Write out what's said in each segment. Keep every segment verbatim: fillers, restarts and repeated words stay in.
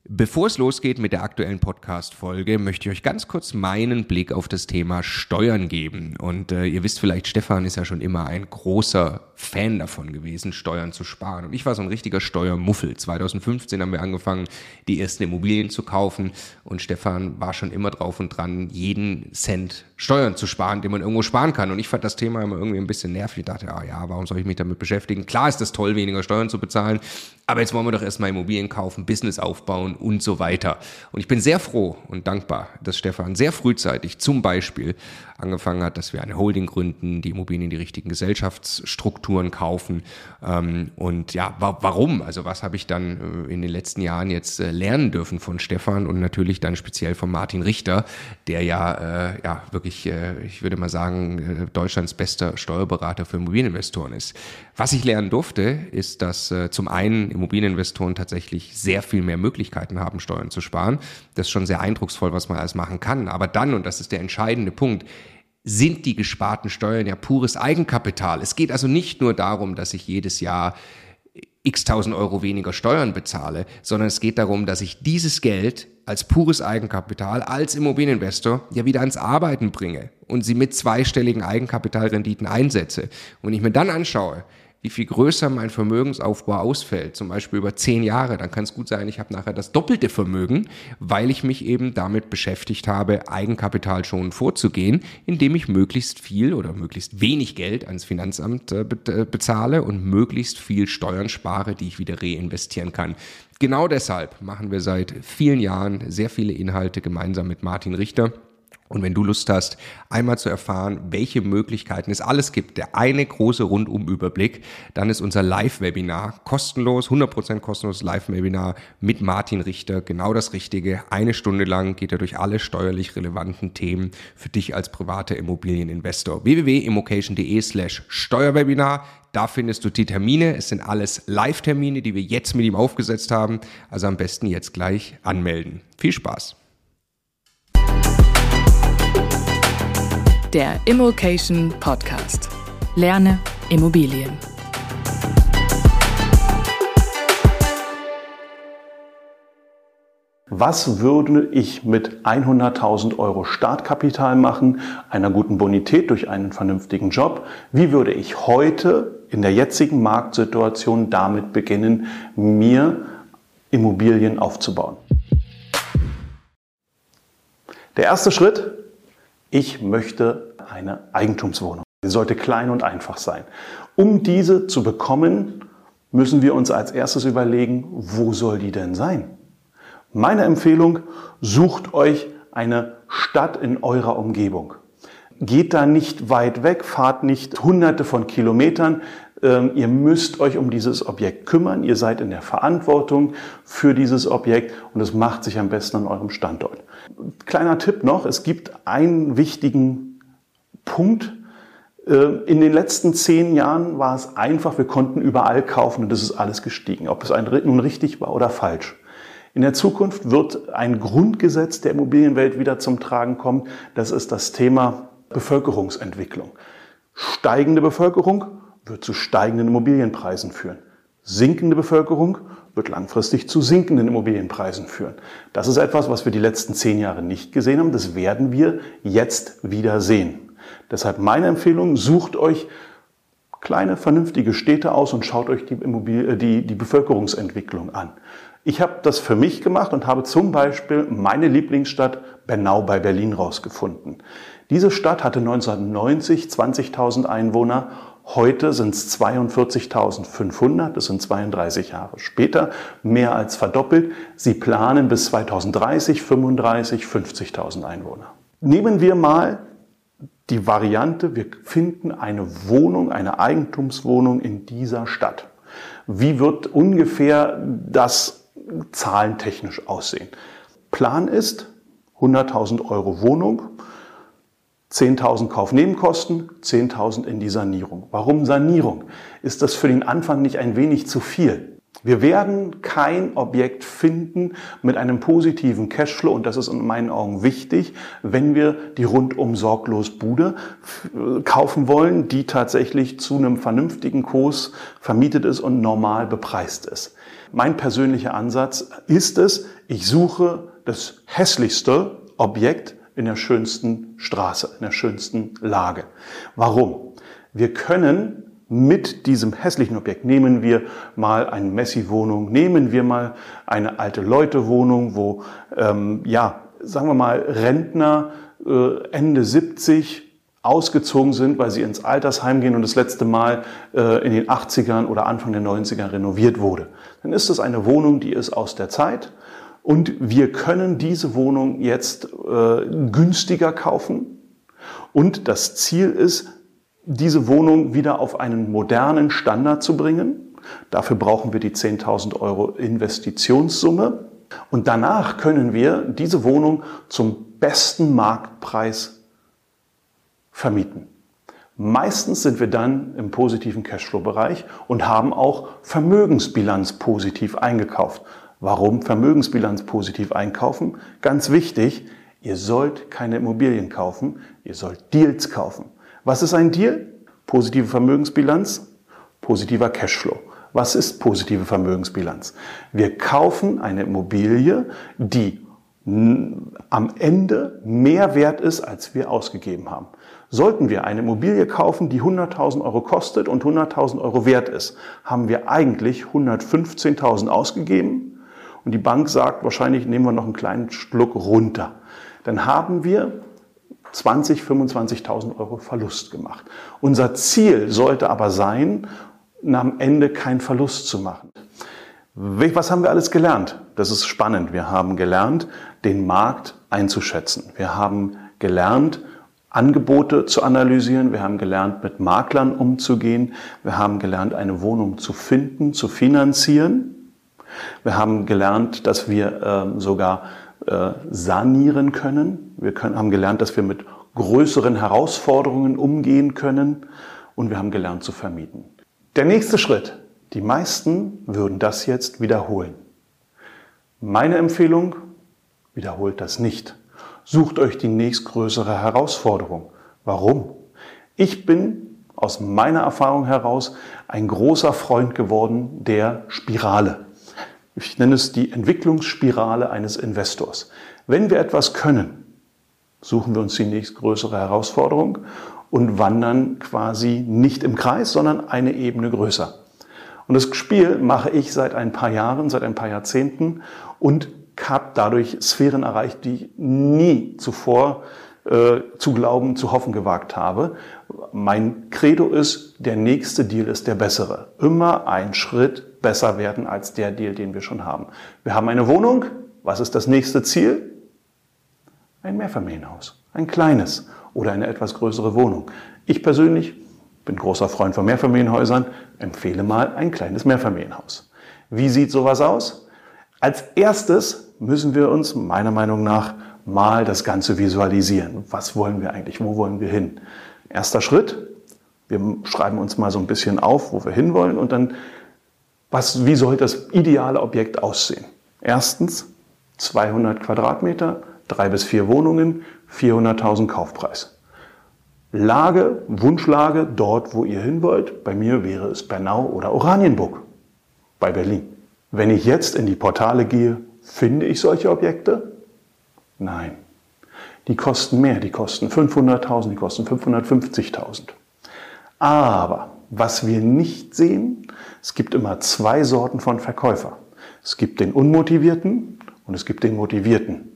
Bevor es losgeht mit der aktuellen Podcast-Folge, möchte ich euch ganz kurz meinen Blick auf das Thema Steuern geben. Und äh, ihr wisst vielleicht, Stefan ist ja schon immer ein großer Fan davon gewesen, Steuern zu sparen. Und ich war so ein richtiger Steuermuffel. zwanzig fünfzehn haben wir angefangen, die ersten Immobilien zu kaufen. Und Stefan war schon immer drauf und dran, jeden Cent Steuern zu sparen, den man irgendwo sparen kann. Und ich fand das Thema immer irgendwie ein bisschen nervig. Ich dachte, ah ja, warum soll ich mich damit beschäftigen? Klar ist das toll, weniger Steuern zu bezahlen. Aber jetzt wollen wir doch erstmal Immobilien kaufen, Business aufbauen und so weiter. Und ich bin sehr froh und dankbar, dass Stefan sehr frühzeitig zum Beispiel angefangen hat, dass wir eine Holding gründen, die Immobilien in die richtigen Gesellschaftsstrukturen kaufen. Und ja, warum? Also was habe ich dann in den letzten Jahren jetzt lernen dürfen von Stefan und natürlich dann speziell von Martin Richter, der ja, äh, ja wirklich, äh, ich würde mal sagen, Deutschlands bester Steuerberater für Immobilieninvestoren ist. Was ich lernen durfte, ist, dass äh, zum einen Immobilieninvestoren tatsächlich sehr viel mehr Möglichkeiten haben, Steuern zu sparen. Das ist schon sehr eindrucksvoll, was man alles machen kann. Aber dann, und das ist der entscheidende Punkt, sind die gesparten Steuern ja pures Eigenkapital. Es geht also nicht nur darum, dass ich jedes Jahr x tausend Euro weniger Steuern bezahle, sondern es geht darum, dass ich dieses Geld als pures Eigenkapital, als Immobilieninvestor ja wieder ans Arbeiten bringe und sie mit zweistelligen Eigenkapitalrenditen einsetze. Und wenn ich mir dann anschaue, wie viel größer mein Vermögensaufbau ausfällt, zum Beispiel über zehn Jahre, dann kann es gut sein, ich habe nachher das doppelte Vermögen, weil ich mich eben damit beschäftigt habe, Eigenkapital schon vorzugehen, indem ich möglichst viel oder möglichst wenig Geld ans Finanzamt äh, be- bezahle und möglichst viel Steuern spare, die ich wieder reinvestieren kann. Genau deshalb machen wir seit vielen Jahren sehr viele Inhalte gemeinsam mit Martin Richter. Und wenn du Lust hast, einmal zu erfahren, welche Möglichkeiten es alles gibt, der eine große Rundumüberblick, dann ist unser Live-Webinar kostenlos, hundert Prozent kostenloses Live-Webinar mit Martin Richter genau das Richtige. Eine Stunde lang geht er durch alle steuerlich relevanten Themen für dich als privater Immobilieninvestor. w w w punkt immocation punkt d e slash Steuerwebinar. Da findest du die Termine. Es sind alles Live-Termine, die wir jetzt mit ihm aufgesetzt haben. Also am besten jetzt gleich anmelden. Viel Spaß! Der Immocation Podcast. Lerne Immobilien. Was würde ich mit hunderttausend Euro Startkapital machen, einer guten Bonität durch einen vernünftigen Job? Wie würde ich heute in der jetzigen Marktsituation damit beginnen, mir Immobilien aufzubauen? Der erste Schritt: Ich möchte eine Eigentumswohnung. Sie sollte klein und einfach sein. Um diese zu bekommen, müssen wir uns als erstes überlegen, wo soll die denn sein? Meine Empfehlung: Sucht euch eine Stadt in eurer Umgebung. Geht da nicht weit weg, fahrt nicht hunderte von Kilometern. Ähm, ihr müsst euch um dieses Objekt kümmern. Ihr seid in der Verantwortung für dieses Objekt und es macht sich am besten an eurem Standort. Kleiner Tipp noch: Es gibt einen wichtigen Punkt. In den letzten zehn Jahren war es einfach, wir konnten überall kaufen und das ist alles gestiegen, ob es nun richtig war oder falsch. In der Zukunft wird ein Grundgesetz der Immobilienwelt wieder zum Tragen kommen. Das ist das Thema Bevölkerungsentwicklung. Steigende Bevölkerung wird zu steigenden Immobilienpreisen führen. Sinkende Bevölkerung wird langfristig zu sinkenden Immobilienpreisen führen. Das ist etwas, was wir die letzten zehn Jahre nicht gesehen haben. Das werden wir jetzt wieder sehen. Deshalb meine Empfehlung: Sucht euch kleine, vernünftige Städte aus und schaut euch die, Immobilie, die, die Bevölkerungsentwicklung an. Ich habe das für mich gemacht und habe zum Beispiel meine Lieblingsstadt Bernau bei Berlin rausgefunden. Diese Stadt hatte neunzehnhundertneunzig zwanzigtausend Einwohner. Heute sind es zweiundvierzigtausendfünfhundert, das sind zweiunddreißig Jahre später, mehr als verdoppelt. Sie planen bis zweitausenddreißig, fünfunddreißig, fünfzigtausend Einwohner. Nehmen wir mal die Variante, wir finden eine Wohnung, eine Eigentumswohnung in dieser Stadt. Wie wird ungefähr das zahlentechnisch aussehen? Plan ist hunderttausend Euro Wohnung, zehntausend Kaufnebenkosten, zehntausend in die Sanierung. Warum Sanierung? Ist das für den Anfang nicht ein wenig zu viel? Wir werden kein Objekt finden mit einem positiven Cashflow, und das ist in meinen Augen wichtig, wenn wir die rundum sorglos Bude kaufen wollen, die tatsächlich zu einem vernünftigen Kurs vermietet ist und normal bepreist ist. Mein persönlicher Ansatz ist es, ich suche das hässlichste Objekt in der schönsten Straße, in der schönsten Lage. Warum? Wir können mit diesem hässlichen Objekt, nehmen wir mal eine Messi-Wohnung, nehmen wir mal eine alte Leute-Wohnung, wo, ähm, ja, sagen wir mal, Rentner äh, Ende siebzig ausgezogen sind, weil sie ins Altersheim gehen und das letzte Mal äh, in den achtzigern oder Anfang der neunziger renoviert wurde. Dann ist es eine Wohnung, die ist aus der Zeit und wir können diese Wohnung jetzt äh, günstiger kaufen und das Ziel ist, diese Wohnung wieder auf einen modernen Standard zu bringen. Dafür brauchen wir die zehntausend Euro Investitionssumme. Und danach können wir diese Wohnung zum besten Marktpreis vermieten. Meistens sind wir dann im positiven Cashflow-Bereich und haben auch Vermögensbilanz positiv eingekauft. Warum Vermögensbilanz positiv einkaufen? Ganz wichtig, ihr sollt keine Immobilien kaufen, ihr sollt Deals kaufen. Was ist ein Deal? Positive Vermögensbilanz, positiver Cashflow. Was ist positive Vermögensbilanz? Wir kaufen eine Immobilie, die am Ende mehr wert ist, als wir ausgegeben haben. Sollten wir eine Immobilie kaufen, die hunderttausend Euro kostet und hunderttausend Euro wert ist, haben wir eigentlich hundertfünfzehntausend ausgegeben und die Bank sagt, wahrscheinlich nehmen wir noch einen kleinen Schluck runter. Dann haben wir zwanzigtausend, fünfundzwanzigtausend Euro Verlust gemacht. Unser Ziel sollte aber sein, am Ende keinen Verlust zu machen. Was haben wir alles gelernt? Das ist spannend. Wir haben gelernt, den Markt einzuschätzen. Wir haben gelernt, Angebote zu analysieren. Wir haben gelernt, mit Maklern umzugehen. Wir haben gelernt, eine Wohnung zu finden, zu finanzieren. Wir haben gelernt, dass wir äh, sogar äh, sanieren können. Wir können, haben gelernt, dass wir mit größeren Herausforderungen umgehen können. Und wir haben gelernt zu vermieten. Der nächste Schritt. Die meisten würden das jetzt wiederholen. Meine Empfehlung, wiederholt das nicht. Sucht euch die nächstgrößere Herausforderung. Warum? Ich bin aus meiner Erfahrung heraus ein großer Freund geworden der Spirale. Ich nenne es die Entwicklungsspirale eines Investors. Wenn wir etwas können, suchen wir uns die nächstgrößere Herausforderung und wandern quasi nicht im Kreis, sondern eine Ebene größer. Und das Spiel mache ich seit ein paar Jahren, seit ein paar Jahrzehnten und habe dadurch Sphären erreicht, die ich nie zuvor äh, zu glauben, zu hoffen gewagt habe. Mein Credo ist, der nächste Deal ist der bessere. Immer ein Schritt besser werden als der Deal, den wir schon haben. Wir haben eine Wohnung. Was ist das nächste Ziel? Ein Mehrfamilienhaus, ein kleines oder eine etwas größere Wohnung. Ich persönlich bin großer Freund von Mehrfamilienhäusern, empfehle mal ein kleines Mehrfamilienhaus. Wie sieht sowas aus? Als erstes müssen wir uns meiner Meinung nach mal das Ganze visualisieren. Was wollen wir eigentlich? Wo wollen wir hin? Erster Schritt, wir schreiben uns mal so ein bisschen auf, wo wir hinwollen und dann, was, wie soll das ideale Objekt aussehen? Erstens, zweihundert Quadratmeter, drei bis vier Wohnungen, vierhunderttausend Kaufpreis. Lage, Wunschlage, dort, wo ihr hin wollt. Bei mir wäre es Bernau oder Oranienburg bei Berlin. Wenn ich jetzt in die Portale gehe, finde ich solche Objekte? Nein. Die kosten mehr, die kosten fünfhunderttausend, die kosten fünfhundertfünfzigtausend. Aber was wir nicht sehen, es gibt immer zwei Sorten von Verkäufer. Es gibt den Unmotivierten und es gibt den Motivierten.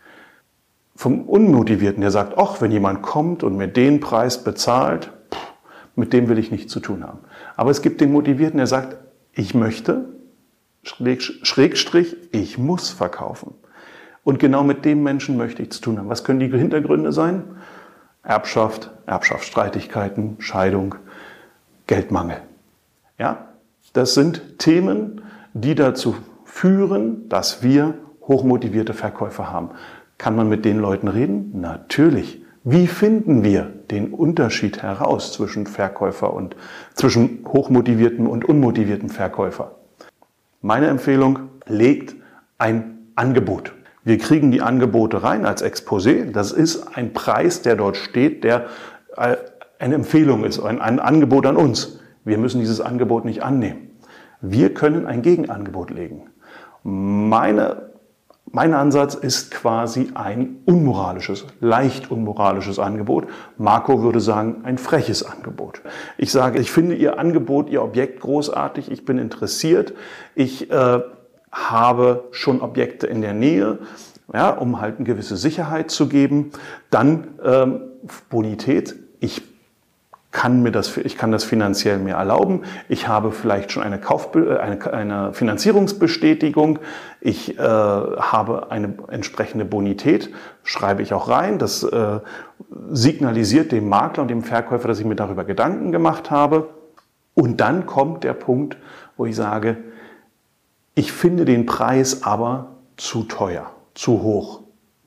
Vom Unmotivierten, der sagt, ach, wenn jemand kommt und mir den Preis bezahlt, mit dem will ich nichts zu tun haben. Aber es gibt den Motivierten, der sagt, ich möchte, Schrägstrich, ich muss verkaufen. Und genau mit dem Menschen möchte ich zu tun haben. Was können die Hintergründe sein? Erbschaft, Erbschaftsstreitigkeiten, Scheidung, Geldmangel. Ja, das sind Themen, die dazu führen, dass wir hochmotivierte Verkäufer haben. Kann man mit den Leuten reden? Natürlich. Wie finden wir den Unterschied heraus zwischen Verkäufer und zwischen hochmotivierten und unmotivierten Verkäufer? Meine Empfehlung, legt ein Angebot. Wir kriegen die Angebote rein als Exposé. Das ist ein Preis, der dort steht, der eine Empfehlung ist, ein, ein Angebot an uns. Wir müssen dieses Angebot nicht annehmen. Wir können ein Gegenangebot legen. Meine, mein Ansatz ist quasi ein unmoralisches, leicht unmoralisches Angebot. Marco würde sagen, ein freches Angebot. Ich sage, ich finde Ihr Angebot, Ihr Objekt großartig, ich bin interessiert, ich äh, habe schon Objekte in der Nähe, ja, um halt eine gewisse Sicherheit zu geben. Dann ähm, Bonität, ich kann mir das, ich kann das finanziell mir erlauben. Ich habe vielleicht schon eine, Kauf, eine, eine Finanzierungsbestätigung. Ich äh, habe eine entsprechende Bonität, schreibe ich auch rein. Das äh, signalisiert dem Makler und dem Verkäufer, dass ich mir darüber Gedanken gemacht habe. Und dann kommt der Punkt, wo ich sage, ich finde den Preis aber zu teuer, zu hoch.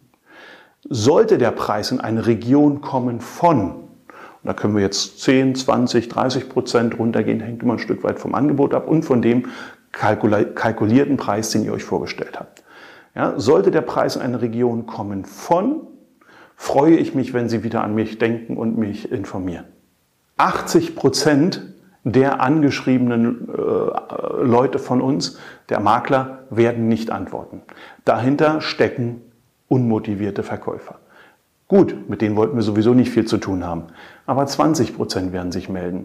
Sollte der Preis in eine Region kommen von, und da können wir jetzt zehn, zwanzig, dreißig Prozent runtergehen, hängt immer ein Stück weit vom Angebot ab und von dem kalkulierten Preis, den ihr euch vorgestellt habt. Ja, sollte der Preis in eine Region kommen von, freue ich mich, wenn Sie wieder an mich denken und mich informieren. achtzig Prozent der angeschriebenen äh, Leute von uns, der Makler, werden nicht antworten. Dahinter stecken unmotivierte Verkäufer. Gut, mit denen wollten wir sowieso nicht viel zu tun haben. Aber zwanzig Prozent werden sich melden.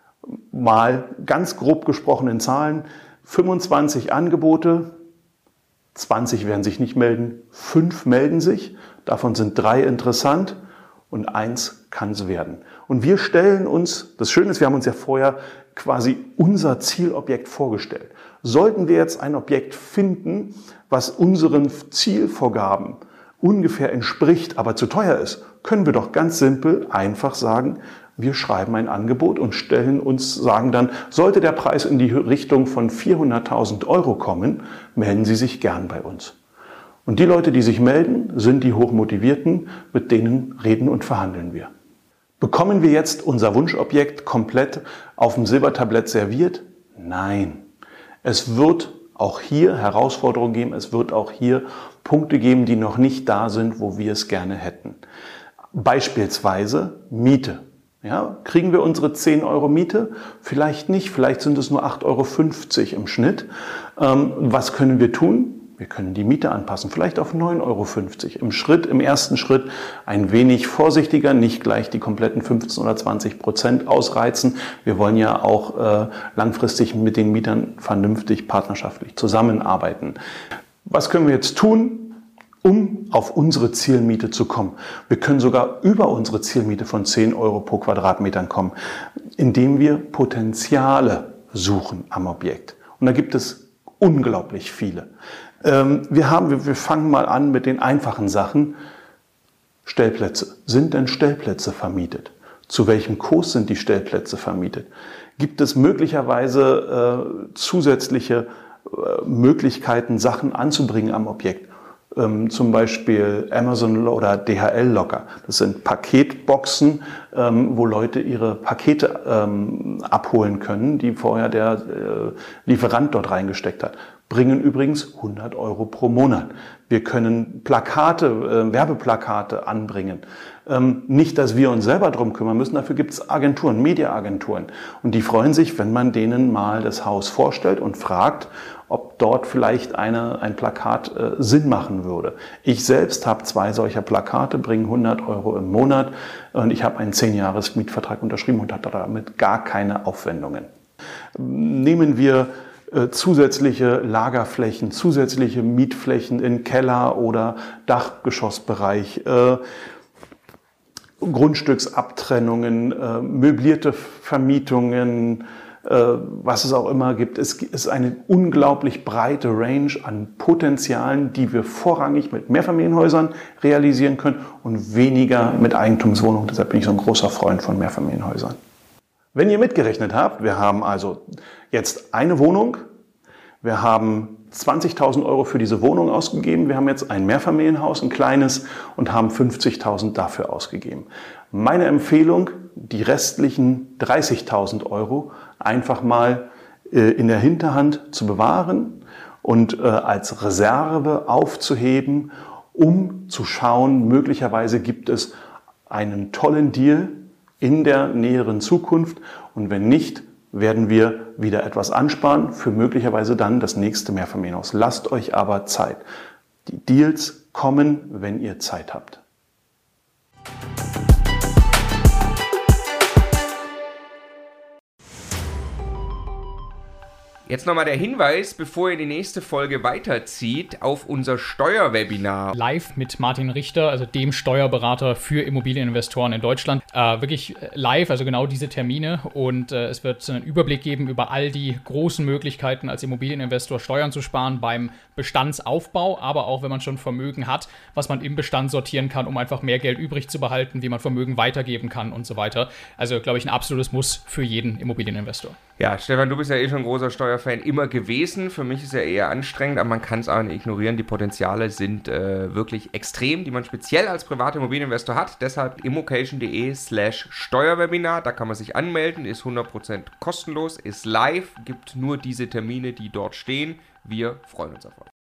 Mal ganz grob gesprochen in Zahlen, fünfundzwanzig Angebote, zwanzig werden sich nicht melden, fünf melden sich, davon sind drei interessant und eins kann es werden. Und wir stellen uns, das Schöne ist, wir haben uns ja vorher quasi unser Zielobjekt vorgestellt. Sollten wir jetzt ein Objekt finden, was unseren Zielvorgaben ungefähr entspricht, aber zu teuer ist, können wir doch ganz simpel einfach sagen, wir schreiben ein Angebot und stellen uns, sagen dann, sollte der Preis in die Richtung von vierhunderttausend Euro kommen, melden Sie sich gern bei uns. Und die Leute, die sich melden, sind die Hochmotivierten, mit denen reden und verhandeln wir. Bekommen wir jetzt unser Wunschobjekt komplett auf dem Silbertablett serviert? Nein. Es wird auch hier Herausforderungen geben, es wird auch hier Punkte geben, die noch nicht da sind, wo wir es gerne hätten. Beispielsweise Miete. Ja, kriegen wir unsere zehn Euro Miete? Vielleicht nicht, vielleicht sind es nur acht Euro fünfzig im Schnitt. Ähm, was können wir tun? Wir können die Miete anpassen, vielleicht auf neun Euro fünfzig. Im Schritt, im ersten Schritt ein wenig vorsichtiger, nicht gleich die kompletten fünfzehn oder zwanzig Prozent ausreizen. Wir wollen ja auch äh, langfristig mit den Mietern vernünftig partnerschaftlich zusammenarbeiten. Was können wir jetzt tun, um auf unsere Zielmiete zu kommen? Wir können sogar über unsere Zielmiete von zehn Euro pro Quadratmetern kommen, indem wir Potenziale suchen am Objekt. Und da gibt es unglaublich viele. Wir haben, wir fangen mal an mit den einfachen Sachen. Stellplätze. Sind denn Stellplätze vermietet? Zu welchem Kurs sind die Stellplätze vermietet? Gibt es möglicherweise äh, zusätzliche äh, Möglichkeiten, Sachen anzubringen am Objekt? Ähm, zum Beispiel Amazon oder D H L-Locker. Das sind Paketboxen, ähm, wo Leute ihre Pakete ähm, abholen können, die vorher der äh, Lieferant dort reingesteckt hat. Bringen übrigens hundert Euro pro Monat. Wir können Plakate, äh, Werbeplakate anbringen. Ähm, nicht, dass wir uns selber drum kümmern müssen, dafür gibt es Agenturen, Mediaagenturen. Und die freuen sich, wenn man denen mal das Haus vorstellt und fragt, ob dort vielleicht eine, ein Plakat äh, Sinn machen würde. Ich selbst habe zwei solcher Plakate, bringen hundert Euro im Monat und ich habe einen zehn Jahres Mietvertrag unterschrieben und hatte damit gar keine Aufwendungen. Nehmen wir äh, zusätzliche Lagerflächen, zusätzliche Mietflächen in Keller- oder Dachgeschossbereich, äh, Grundstücksabtrennungen, äh, möblierte Vermietungen, was es auch immer gibt. Es ist eine unglaublich breite Range an Potenzialen, die wir vorrangig mit Mehrfamilienhäusern realisieren können und weniger mit Eigentumswohnungen. Deshalb bin ich so ein großer Freund von Mehrfamilienhäusern. Wenn ihr mitgerechnet habt, wir haben also jetzt eine Wohnung, wir haben zwanzigtausend Euro für diese Wohnung ausgegeben, wir haben jetzt ein Mehrfamilienhaus, ein kleines, und haben fünfzigtausend dafür ausgegeben. Meine Empfehlung, die restlichen dreißigtausend Euro einfach mal äh, in der Hinterhand zu bewahren und äh, als Reserve aufzuheben, um zu schauen, möglicherweise gibt es einen tollen Deal in der näheren Zukunft und wenn nicht, werden wir wieder etwas ansparen für möglicherweise dann das nächste Mehrfamilienhaus. Lasst euch aber Zeit. Die Deals kommen, wenn ihr Zeit habt. Jetzt nochmal der Hinweis, bevor ihr die nächste Folge weiterzieht, auf unser Steuerwebinar. Live mit Martin Richter, also dem Steuerberater für Immobilieninvestoren in Deutschland. Äh, wirklich live, also genau diese Termine. Und äh, es wird einen Überblick geben über all die großen Möglichkeiten, als Immobilieninvestor Steuern zu sparen beim Bestandsaufbau, aber auch wenn man schon Vermögen hat, was man im Bestand sortieren kann, um einfach mehr Geld übrig zu behalten, wie man Vermögen weitergeben kann und so weiter. Also, glaube ich, ein absolutes Muss für jeden Immobilieninvestor. Ja, Stefan, du bist ja eh schon ein großer Steuerfan immer gewesen. Für mich ist es ja eher anstrengend, aber man kann es auch nicht ignorieren. Die Potenziale sind äh, wirklich extrem, die man speziell als privater Immobilieninvestor hat. Deshalb immocation.de slash Steuerwebinar. Da kann man sich anmelden, ist hundert Prozent kostenlos, ist live, gibt nur diese Termine, die dort stehen. Wir freuen uns auf euch.